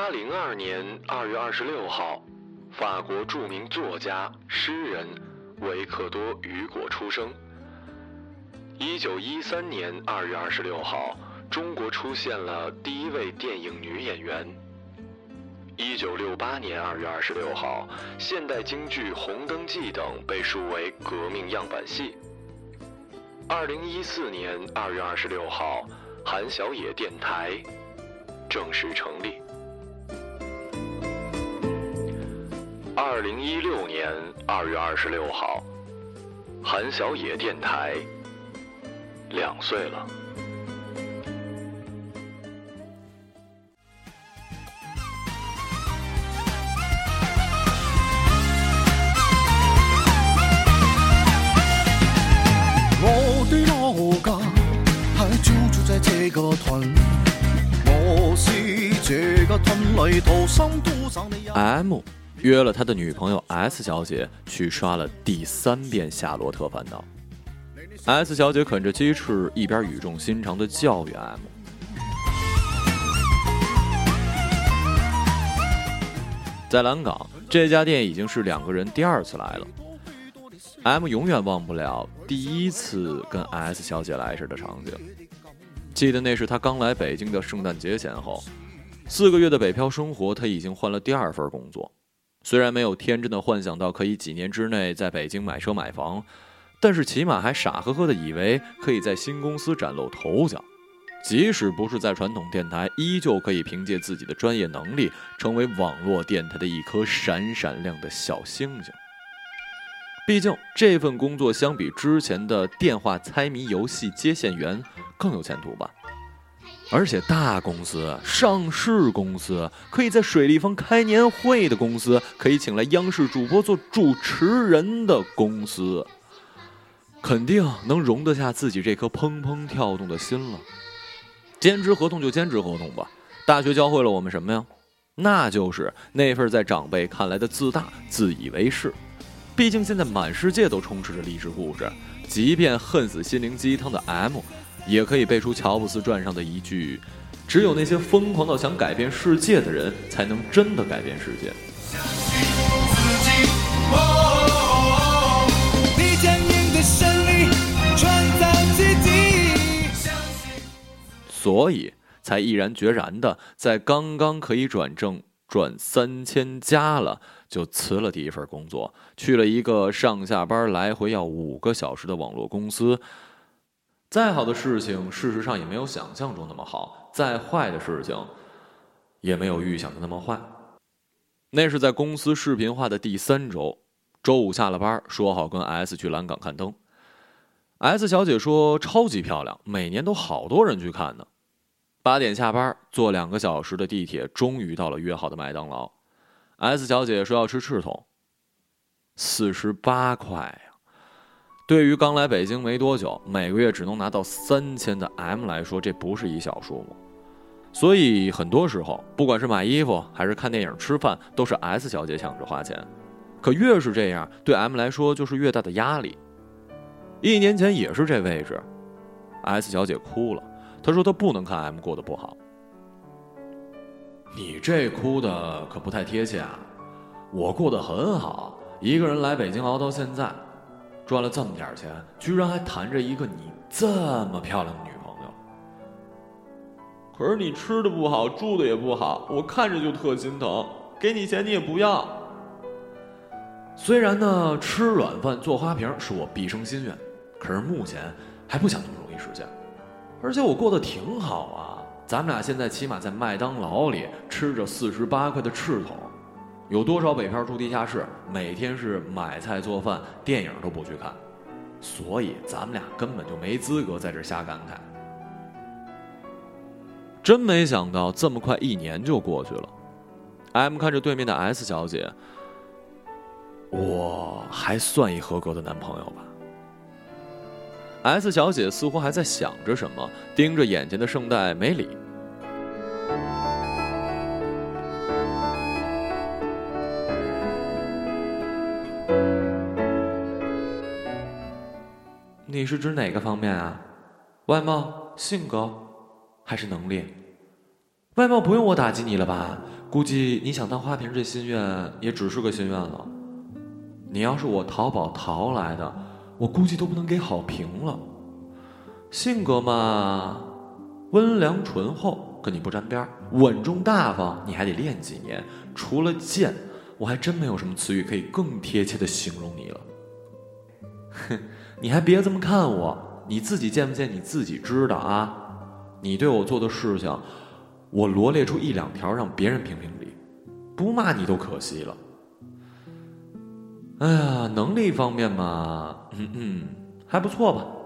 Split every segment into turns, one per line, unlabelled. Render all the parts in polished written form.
1802年2月26号，法国著名作家、诗人维克多·雨果出生。1913年2月26号，中国出现了第一位电影女演员。1968年2月26号，现代京剧《红灯记》等被树为革命样板戏。2014年2月26号，韩小野电台正式成立。2016年2月26号，韩小野电台2岁了。
我的老家还就住在这个屯，我是这个屯里土生土长的。
M 约了他的女朋友 S 小姐去刷了第3遍《夏洛特烦恼》。S 小姐啃着鸡翅，一边语重心长地教育 M。在蓝港，这家店已经是2个人第2次来了。M 永远忘不了第1次跟 S 小姐来时的场景，记得那是他刚来北京的圣诞节前后，4个月的北漂生活，他已经换了第2份工作。虽然没有天真的幻想到可以几年之内在北京买车买房，但是起码还傻呵呵的以为可以在新公司崭露头角，即使不是在传统电台，依旧可以凭借自己的专业能力，成为网络电台的一颗闪闪亮的小星星。毕竟这份工作相比之前的电话猜谜游戏接线员更有前途吧。而且大公司、上市公司，可以在水立方开年会的公司，可以请来央视主播做主持人的公司，肯定能容得下自己这颗砰砰跳动的心了。兼职合同就兼职合同吧，大学教会了我们什么呀？那就是那份在长辈看来的自大、自以为是。毕竟现在满世界都充斥着励志故事，即便恨死心灵鸡汤的 M， 也可以背出乔布斯传上的一句：只有那些疯狂到想改变世界的人，才能真的改变世界。
相信自己，你将赢得胜利，创造奇迹。
所以才毅然决然的在刚刚可以转正赚3000加了，就辞了第1份工作，去了一个上下班来回要5个小时的网络公司。再好的事情，事实上也没有想象中那么好；再坏的事情，也没有预想的那么坏。那是在公司视频化的第3周，周5下了班，说好跟 S 去蓝港看灯。S 小姐说超级漂亮，每年都好多人去看呢。8点下班，坐2个小时的地铁，终于到了约好的麦当劳。S 小姐说要吃赤桶，48块呀！对于刚来北京没多久，每个月只能拿到3000的 M 来说，这不是一小数目。所以很多时候，不管是买衣服还是看电影、吃饭，都是 S 小姐抢着花钱。可越是这样，对 M 来说就是越大的压力。1年前也是这位置 ，S 小姐哭了。她说她不能看 M 过得不好。你这哭的可不太贴切啊！我过得很好，一个人来北京熬到现在，赚了这么点钱，居然还谈着一个你这么漂亮的女朋友。可是你吃的不好，住的也不好，我看着就特心疼，给你钱你也不要。虽然呢，吃软饭做花瓶是我毕生心愿，可是目前还不想那么容易实现。而且我过得挺好啊，咱们俩现在起码在麦当劳里吃着48块的赤桶，有多少北漂住地下室，每天是买菜做饭，电影都不去看，所以咱们俩根本就没资格在这瞎感慨。真没想到这么快1年就过去了。M 看着对面的 S 小姐，我还算一合格的男朋友吧。S 小姐似乎还在想着什么，盯着眼前的圣代没理。你是指哪个方面啊？外貌、性格，还是能力？ 外貌不用我打击你了吧？估计你想当花瓶这心愿也只是个心愿了。你要是我淘宝淘来的，我估计都不能给好评了。性格嘛，温良醇厚，跟你不沾边；稳重大方，你还得练几年。除了贱，我还真没有什么词语可以更贴切的形容你了。哼，你还别这么看我，你自己见不见你自己知道啊。你对我做的事情，我罗列出1-2条让别人评评理，不骂你都可惜了。哎呀，能力方面嘛，还不错吧。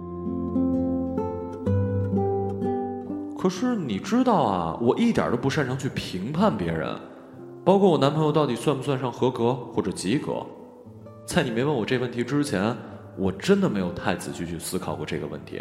可是你知道啊，我一点都不擅长去评判别人，包括我男朋友到底算不算上合格或者及格。在你没问我这问题之前，我真的没有太仔细去思考过这个问题。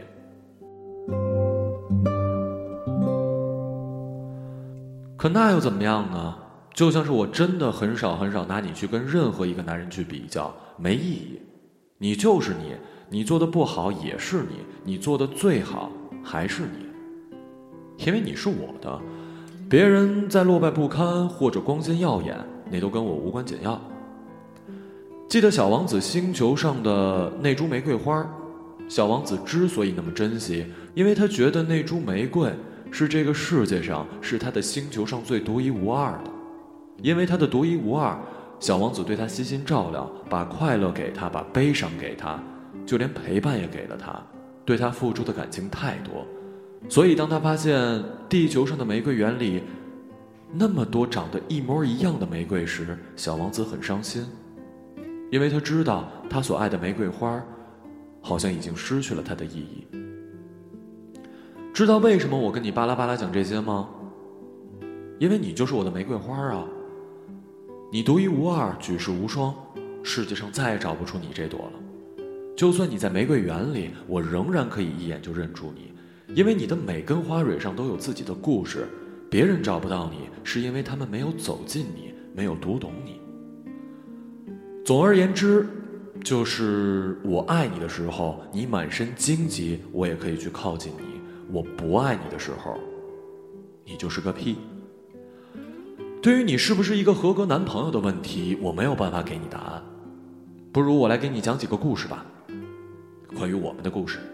可那又怎么样呢？就像是我真的很少拿你去跟任何一个男人去比较，没意义。你就是你，你做的不好也是你，你做的最好还是你。因为你是我的，别人在落败不堪或者光鲜耀眼，那都跟我无关紧要。记得小王子星球上的那株玫瑰花，小王子之所以那么珍惜，因为他觉得那株玫瑰是这个世界上，是他的星球上最独一无二的。因为他的独一无二，小王子对他悉心照料，把快乐给他，把悲伤给他，就连陪伴也给了他，对他付出的感情太多。所以当他发现地球上的玫瑰园里那么多长得一模一样的玫瑰时，小王子很伤心，因为他知道他所爱的玫瑰花好像已经失去了它的意义。知道为什么我跟你巴拉巴拉讲这些吗？因为你就是我的玫瑰花啊，你独一无二，举世无双，世界上再也找不出你这朵了。就算你在玫瑰园里，我仍然可以一眼就认出你，因为你的每根花蕊上都有自己的故事，别人找不到你，是因为他们没有走近你，没有读懂你。总而言之，就是我爱你的时候，你满身荆棘，我也可以去靠近你；我不爱你的时候，你就是个屁。对于你是不是一个合格男朋友的问题，我没有办法给你答案。不如我来给你讲几个故事吧，关于我们的故事。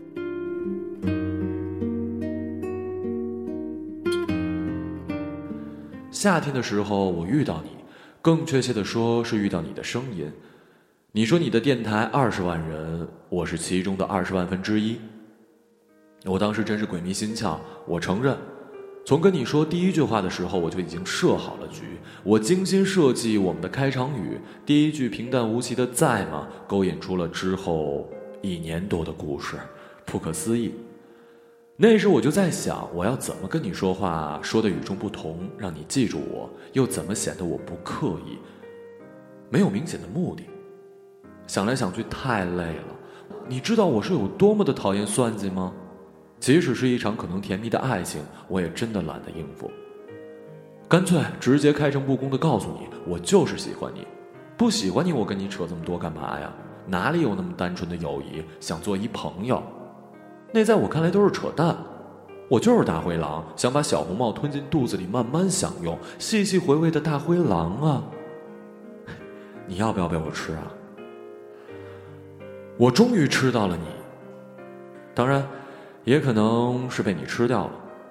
夏天的时候我遇到你，更确切的说是遇到你的声音。你说你的电台20万人，我是其中的20万分之一。我当时真是鬼迷心窍，我承认，从跟你说第一句话的时候，我就已经设好了局。我精心设计我们的开场语，第一句平淡无奇的在吗，勾引出了之后1年多的故事，不可思议。那时我就在想，我要怎么跟你说话，说的与众不同，让你记住我，又怎么显得我不刻意，没有明显的目的。想来想去太累了，你知道我是有多么的讨厌算计吗？即使是一场可能甜蜜的爱情，我也真的懒得应付，干脆直接开诚布公地告诉你，我就是喜欢你。不喜欢你，我跟你扯这么多干嘛呀？哪里有那么单纯的友谊，想做一朋友？那在我看来都是扯淡。我就是大灰狼，想把小红帽吞进肚子里慢慢享用，细细回味的大灰狼啊！你要不要被我吃啊？我终于吃到了你，当然也可能是被你吃掉了。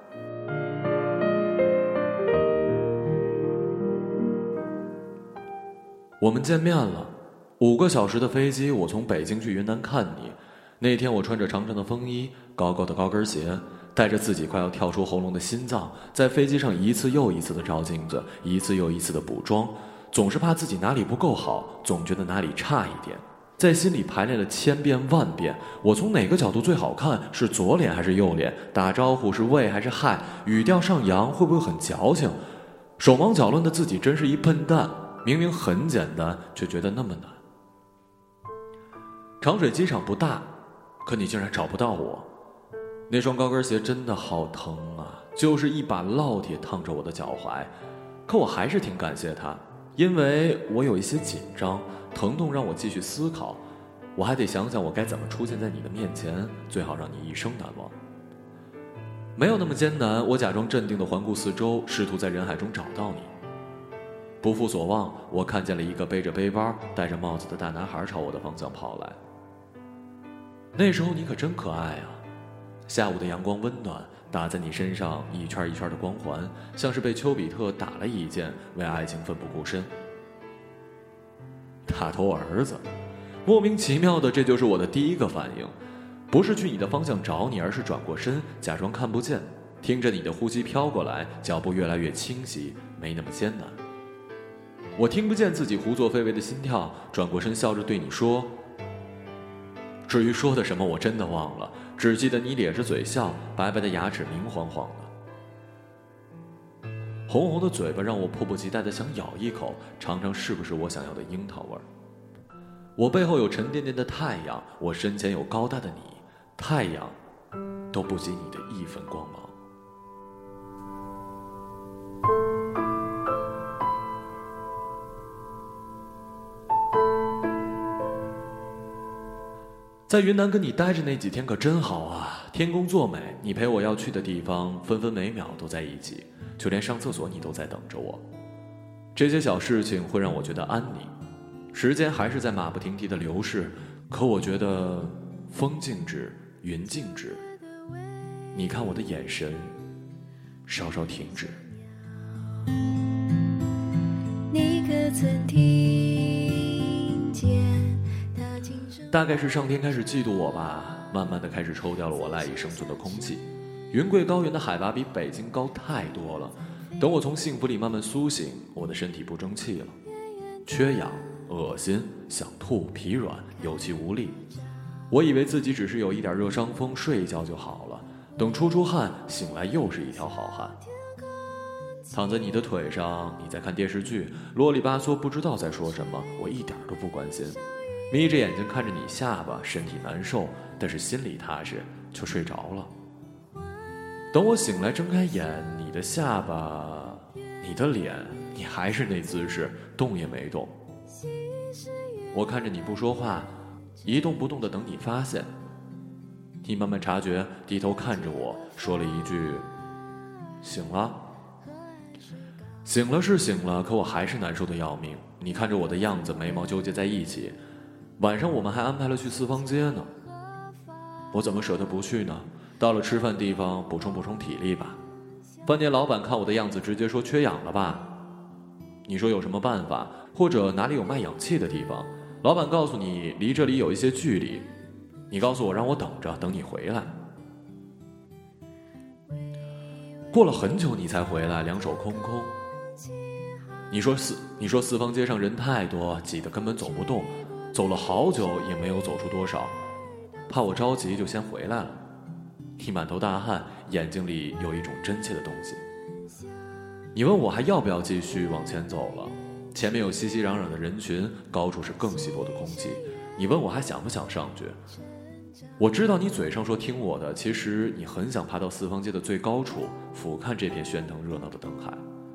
我们见面了，5个小时的飞机，我从北京去云南看你。那天我穿着长长的风衣，高高的高跟鞋，带着自己快要跳出喉咙的心脏，在飞机上一次又一次的照镜子，一次又一次的补妆，总是怕自己哪里不够好，总觉得哪里差一点，在心里排练了1000遍万遍，我从哪个角度最好看，是左脸还是右脸，打招呼是喂还是嗨，语调上扬会不会很矫情，手忙脚乱的自己真是一笨蛋，明明很简单，却觉得那么难。长水机场不大，可你竟然找不到我。那双高跟鞋真的好疼啊，就是一把烙铁烫着我的脚踝，可我还是挺感谢它，因为我有一些紧张，疼痛让我继续思考，我还得想想我该怎么出现在你的面前，最好让你一生难忘。 没有那么艰难，我假装镇定地环顾四周，试图在人海中找到你。不负所望，我看见了一个背着背包、戴着帽子的大男孩朝我的方向跑来。那时候你可真可爱啊！下午的阳光温暖，打在你身上一圈一圈的光环，像是被丘比特打了一箭，为爱情奋不顾身。大头儿子，莫名其妙的，这就是我的第一个反应。不是去你的方向找你，而是转过身，假装看不见，听着你的呼吸飘过来，脚步越来越清晰，没那么艰难。我听不见自己胡作非为的心跳，转过身笑着对你说，至于说的什么我真的忘了，只记得你咧着嘴笑，白白的牙齿明晃晃的，红红的嘴巴让我迫不及待的想咬一口，尝尝是不是我想要的樱桃味儿。我背后有沉甸甸的太阳，我身前有高大的你，太阳都不及你的一分光芒。在云南跟你待着那几天可真好啊，天公作美，你陪我要去的地方分分每秒都在一起，就连上厕所你都在等着我。这些小事情会让我觉得安宁，时间还是在马不停蹄的流逝，可我觉得风静止，云静止，你看我的眼神稍稍停止。你可曾听见大概是上天开始嫉妒我吧，慢慢的开始抽掉了我赖以生存的空气。云贵高原的海拔比北京高太多了，等我从幸福里慢慢苏醒，我的身体不争气了，缺氧、恶心、想吐、疲软、有气无力。我以为自己只是有一点热伤风，睡一觉就好了，等出汗，醒来又是一条好汉。躺在你的腿上，你在看电视剧，啰里吧嗦不知道在说什么，我一点都不关心。眯着眼睛看着你下巴，身体难受，但是心里踏实，却睡着了。等我醒来睁开眼，你的下巴，你的脸，你还是那姿势，动也没动。我看着你不说话，一动不动地等你发现。你慢慢察觉，低头看着我，说了一句，醒了。醒了是醒了，可我还是难受的要命。你看着我的样子，眉毛纠结在一起。晚上我们还安排了去四方街呢，我怎么舍得不去呢？到了吃饭地方补充补充体力吧。饭店老板看我的样子直接说缺氧了吧。你说有什么办法，或者哪里有卖氧气的地方？老板告诉你离这里有一些距离，你告诉我让我等着，等你回来。过了很久你才回来，两手空空。你说四方街上人太多，挤得根本走不动，走了好久也没有走出多少，怕我着急就先回来了。你满头大汗，眼睛里有一种真切的东西。你问我还要不要继续往前走了，前面有熙熙攘攘的人群，高处是更稀薄的空气。你问我还想不想上去，我知道你嘴上说听我的，其实你很想爬到四方街的最高处，俯瞰这片喧腾热闹的灯海。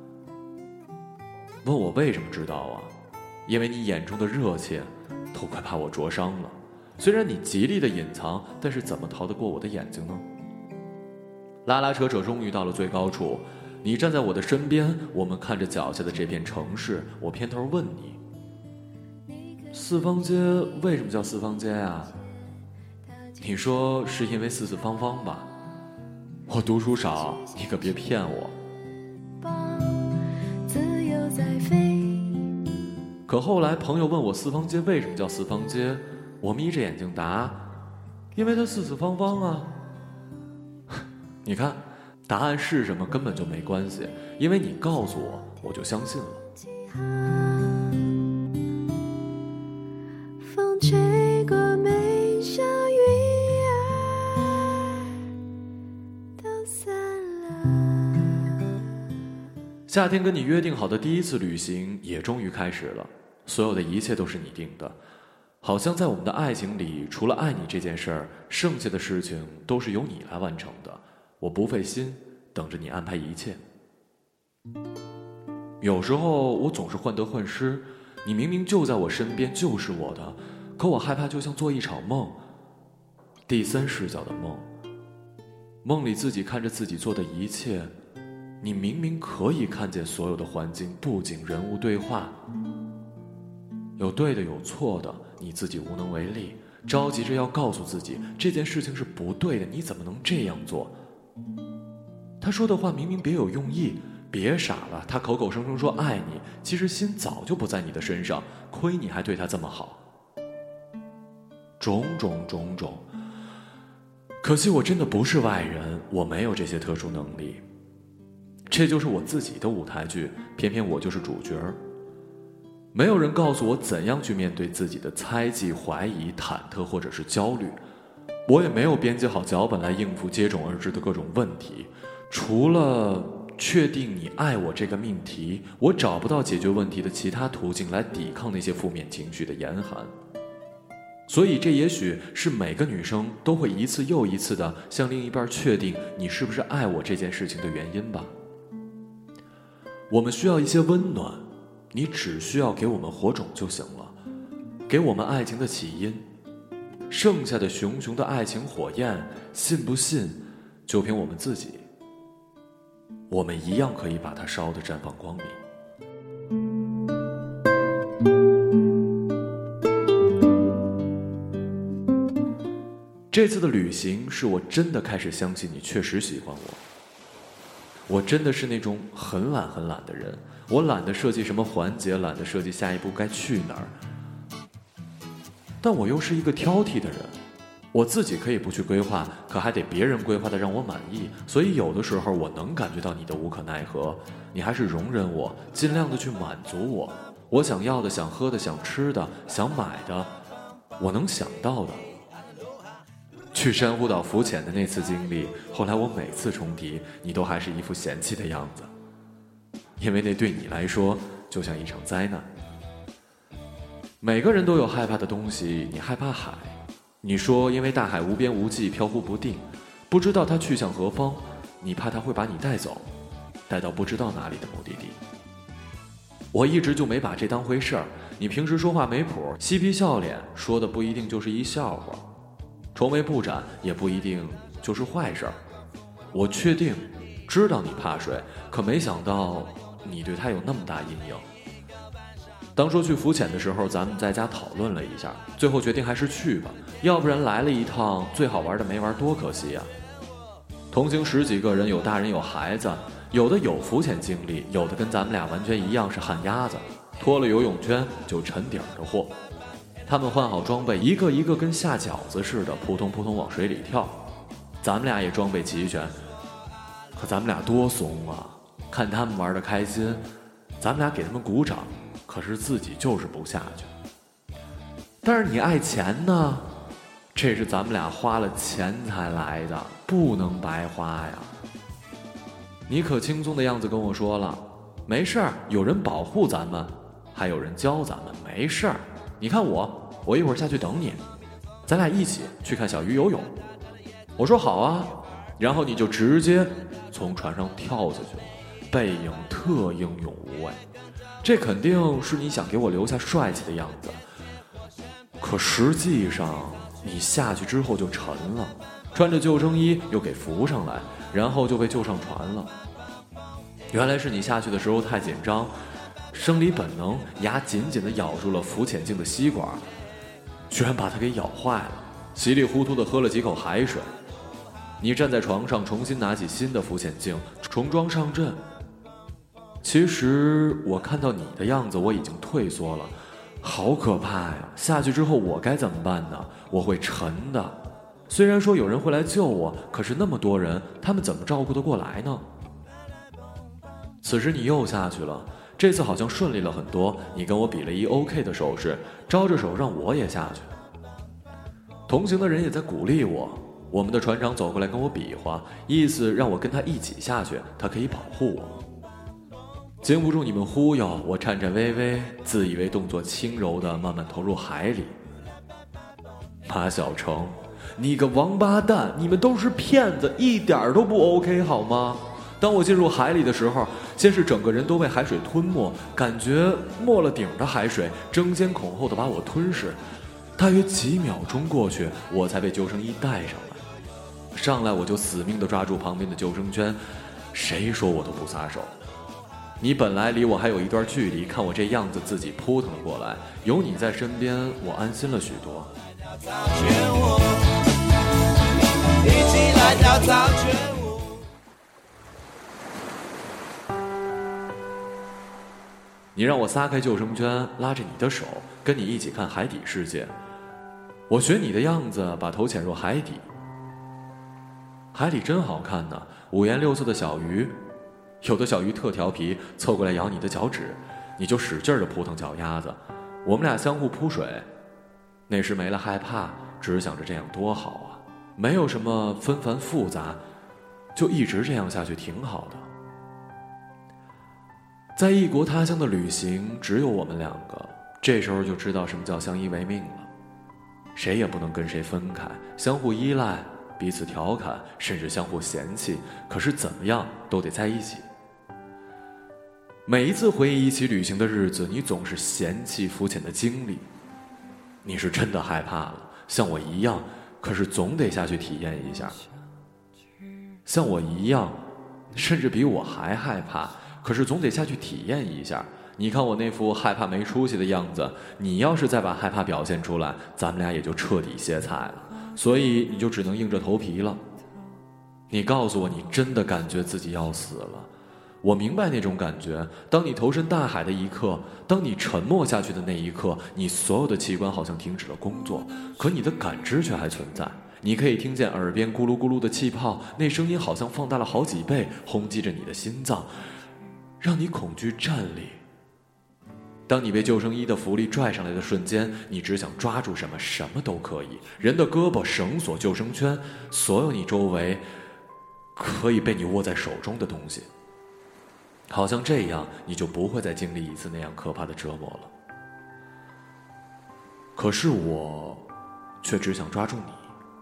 问我为什么知道啊？因为你眼中的热切都快把我灼伤了。虽然你极力的隐藏，但是怎么逃得过我的眼睛呢？拉拉扯扯终于到了最高处，你站在我的身边，我们看着脚下的这片城市。我偏头问你，四方街为什么叫四方街啊？你说是因为四四方方吧。我读书少，你可别骗我。可后来朋友问我四方街为什么叫四方街，我眯着眼睛答，因为它四四方方啊。你看，答案是什么根本就没关系，因为你告诉我，我就相信了。风吹过眉梢云儿都散了。夏天跟你约定好的第一次旅行也终于开始了，所有的一切都是你定的。好像在我们的爱情里，除了爱你这件事儿，剩下的事情都是由你来完成的。我不费心，等着你安排一切。有时候我总是患得患失，你明明就在我身边，就是我的，可我害怕就像做一场梦，第三视角的梦， 梦里自己看着自己做的一切，你明明可以看见所有的环境、布景、人物对话，有对的有错的，你自己无能为力，着急着要告诉自己这件事情是不对的，你怎么能这样做？他说的话明明别有用意，别傻了，他口口声声说爱你，其实心早就不在你的身上，亏你还对他这么好。种种，可惜我真的不是外人，我没有这些特殊能力。这就是我自己的舞台剧，偏偏我就是主角。没有人告诉我怎样去面对自己的猜忌、怀疑、忐忑或者是焦虑，我也没有编辑好脚本来应付接踵而至的各种问题。除了确定你爱我这个命题，我找不到解决问题的其他途径来抵抗那些负面情绪的严寒。所以这也许是每个女生都会一次又一次地向另一半确定你是不是爱我这件事情的原因吧。我们需要一些温暖，你只需要给我们火种就行了，给我们爱情的起因，剩下的熊熊的爱情火焰，信不信就凭我们自己，我们一样可以把它烧得绽放光明。这次的旅行是我真的开始相信你确实喜欢我。我真的是那种很懒的人，我懒得设计什么环节，懒得设计下一步该去哪儿。但我又是一个挑剔的人，我自己可以不去规划，可还得别人规划的让我满意。所以有的时候我能感觉到你的无可奈何，你还是容忍我，尽量的去满足我。我想要的、想喝的、想吃的、想买的，我能想到的。去珊瑚岛浮潜的那次经历，后来我每次重提，你都还是一副嫌弃的样子，因为那对你来说就像一场灾难。每个人都有害怕的东西，你害怕海，你说因为大海无边无际，飘忽不定，不知道它去向何方，你怕它会把你带走，带到不知道哪里的目的地。我一直就没把这当回事儿，你平时说话没谱，嬉皮笑脸，说的不一定就是一笑话，愁眉不展也不一定就是坏事儿。我确定知道你怕水，可没想到你对它有那么大阴影。当说去浮潜的时候，咱们在家讨论了一下，最后决定还是去吧，要不然来了一趟最好玩的没玩多可惜啊。同行10几个人，有大人有孩子，有的有浮潜经历，有的跟咱们俩完全一样是旱鸭子，脱了游泳圈就沉底儿的货。他们换好装备，一个一个跟下饺子似的扑通扑通往水里跳，咱们俩也装备齐全，可咱们俩多怂啊，看他们玩得开心，咱们俩给他们鼓掌，可是自己就是不下去。但是你爱钱呢，这是咱们俩花了钱才来的，不能白花呀。你可轻松的样子跟我说了，没事儿，有人保护咱们，还有人教咱们，没事儿。你看我一会儿下去等你，咱俩一起去看小鱼游泳。我说好啊，然后你就直接从船上跳下去了，背影特英勇无畏，这肯定是你想给我留下帅气的样子。可实际上你下去之后就沉了，穿着救生衣又给扶上来，然后就被救上船了。原来是你下去的时候太紧张，生理本能，牙紧紧地咬住了浮潜镜的吸管，居然把它给咬坏了，稀里糊涂地喝了几口海水。你站在床上，重新拿起新的浮潜镜，重装上阵。其实我看到你的样子，我已经退缩了，好可怕呀！下去之后我该怎么办呢？我会沉的。虽然说有人会来救我，可是那么多人，他们怎么照顾得过来呢？此时你又下去了，这次好像顺利了很多，你跟我比了一 OK 的手势，招着手让我也下去。同行的人也在鼓励我，我们的船长走过来跟我比划，意思让我跟他一起下去，他可以保护我。经不住你们忽悠，我颤颤巍巍，自以为动作轻柔的慢慢投入海里。马小成，你个王八蛋，你们都是骗子，一点都不 OK 好吗？当我进入海里的时候，先是整个人都被海水吞没，感觉没了顶的海水争先恐后的把我吞噬，大约几秒钟过去，我才被救生衣带上来。 上来我就死命地抓住旁边的救生圈，谁说我都不撒手。你本来离我还有一段距离，看我这样子自己扑腾了过来，有你在身边，我安心了许多。
一起来跳草裙舞。
你让我撒开救生圈，拉着你的手，跟你一起看海底世界。我学你的样子，把头潜入海底。海里真好看呢，五颜六色的小鱼，有的小鱼特调皮，凑过来咬你的脚趾，你就使劲地扑腾脚丫子。我们俩相互扑水，那时没了害怕，只想着这样多好啊，没有什么纷繁复杂，就一直这样下去挺好的。在异国他乡的旅行，只有我们两个，这时候就知道什么叫相依为命了。谁也不能跟谁分开，相互依赖，彼此调侃，甚至相互嫌弃，可是怎么样都得在一起。每一次回忆一起旅行的日子，你总是嫌弃肤浅的经历。你是真的害怕了，像我一样，可是总得下去体验一下。像我一样，甚至比我还害怕，可是总得下去体验一下。你看我那副害怕没出息的样子，你要是再把害怕表现出来，咱们俩也就彻底歇菜了。所以你就只能硬着头皮了。你告诉我，你真的感觉自己要死了。我明白那种感觉，当你投身大海的一刻，当你沉默下去的那一刻，你所有的器官好像停止了工作，可你的感知却还存在。你可以听见耳边咕噜咕噜的气泡，那声音好像放大了好几倍，轰击着你的心脏，让你恐惧战栗。当你被救生衣的浮力拽上来的瞬间，你只想抓住什么，什么都可以，人的胳膊、绳索、救生圈，所有你周围可以被你握在手中的东西，好像这样你就不会再经历一次那样可怕的折磨了。可是我却只想抓住你，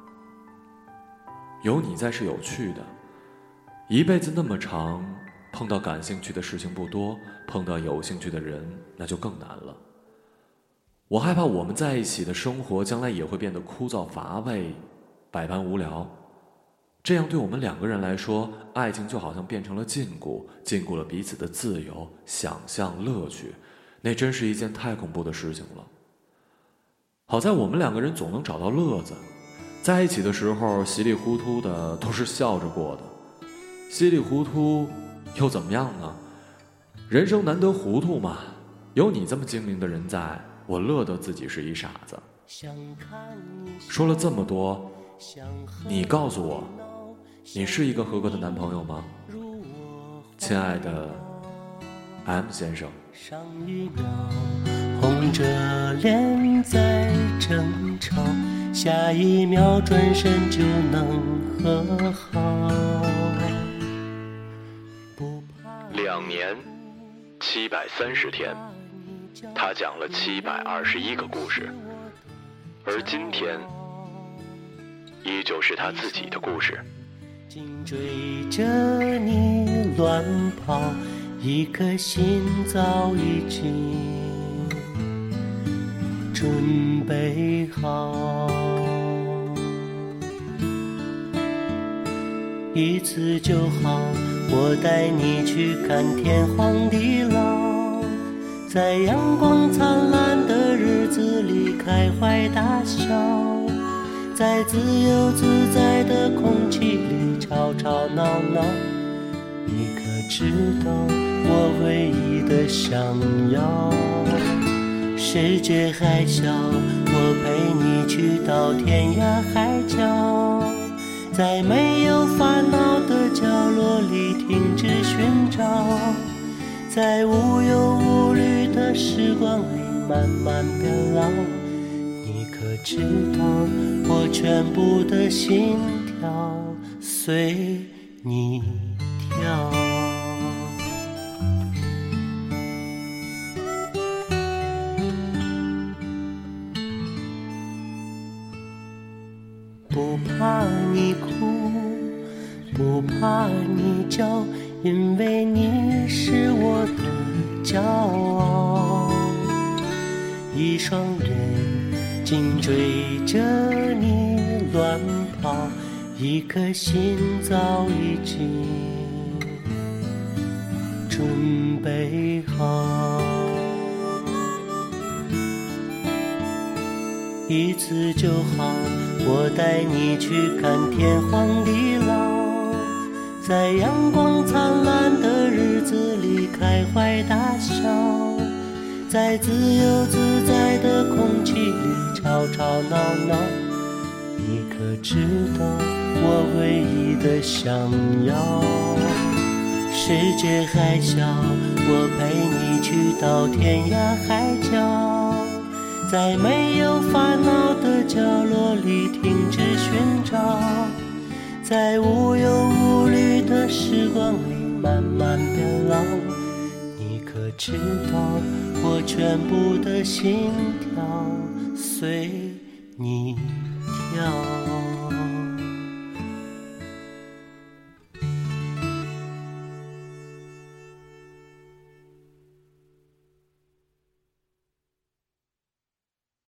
有你在是有趣的，一辈子那么长，碰到感兴趣的事情不多，碰到有兴趣的人那就更难了。我害怕我们在一起的生活将来也会变得枯燥乏味，百般无聊。这样对我们两个人来说，爱情就好像变成了禁锢，禁锢了彼此的自由、想象、乐趣，那真是一件太恐怖的事情了。好在我们两个人总能找到乐子，在一起的时候稀里糊涂的都是笑着过的，稀里糊涂又怎么样呢？人生难得糊涂嘛，有你这么精明的人在，我乐得自己是一傻子。说了这么多，你告诉我，你是一个合格的男朋友吗？亲爱的 M 先生。
上一秒红着脸在争吵，下一秒转身就能和好。
2年730天，他讲了721个故事，而今天依旧是他自己的故事。
紧追着你乱跑，一颗心早已经准备好，一次就好，我带你去看天荒地老，在阳光灿烂的日子里开怀大笑，在自由自在的空气里吵吵闹闹。你可知道我唯一的想要？世界还小，我陪你去到天涯海角，在没有烦恼的角落里停止寻找，在无忧无虑的时光里慢慢变老。你可知道我全部的心跳随你跳？不怕你哭，不怕你叫，因为你是我的骄傲。一双人紧追着你乱跑， 一颗心早已经准备好，一次就好，我带你去看天荒地老，在阳光灿烂的日子里开怀大笑，在自由自在的空气里吵吵闹闹，你可知道我唯一的想要？世界还小，我陪你去到天涯海角，在没有烦恼的角落里停止寻找，在无忧无虑的时光里慢慢变老，你可知道我全部的心跳随你跳。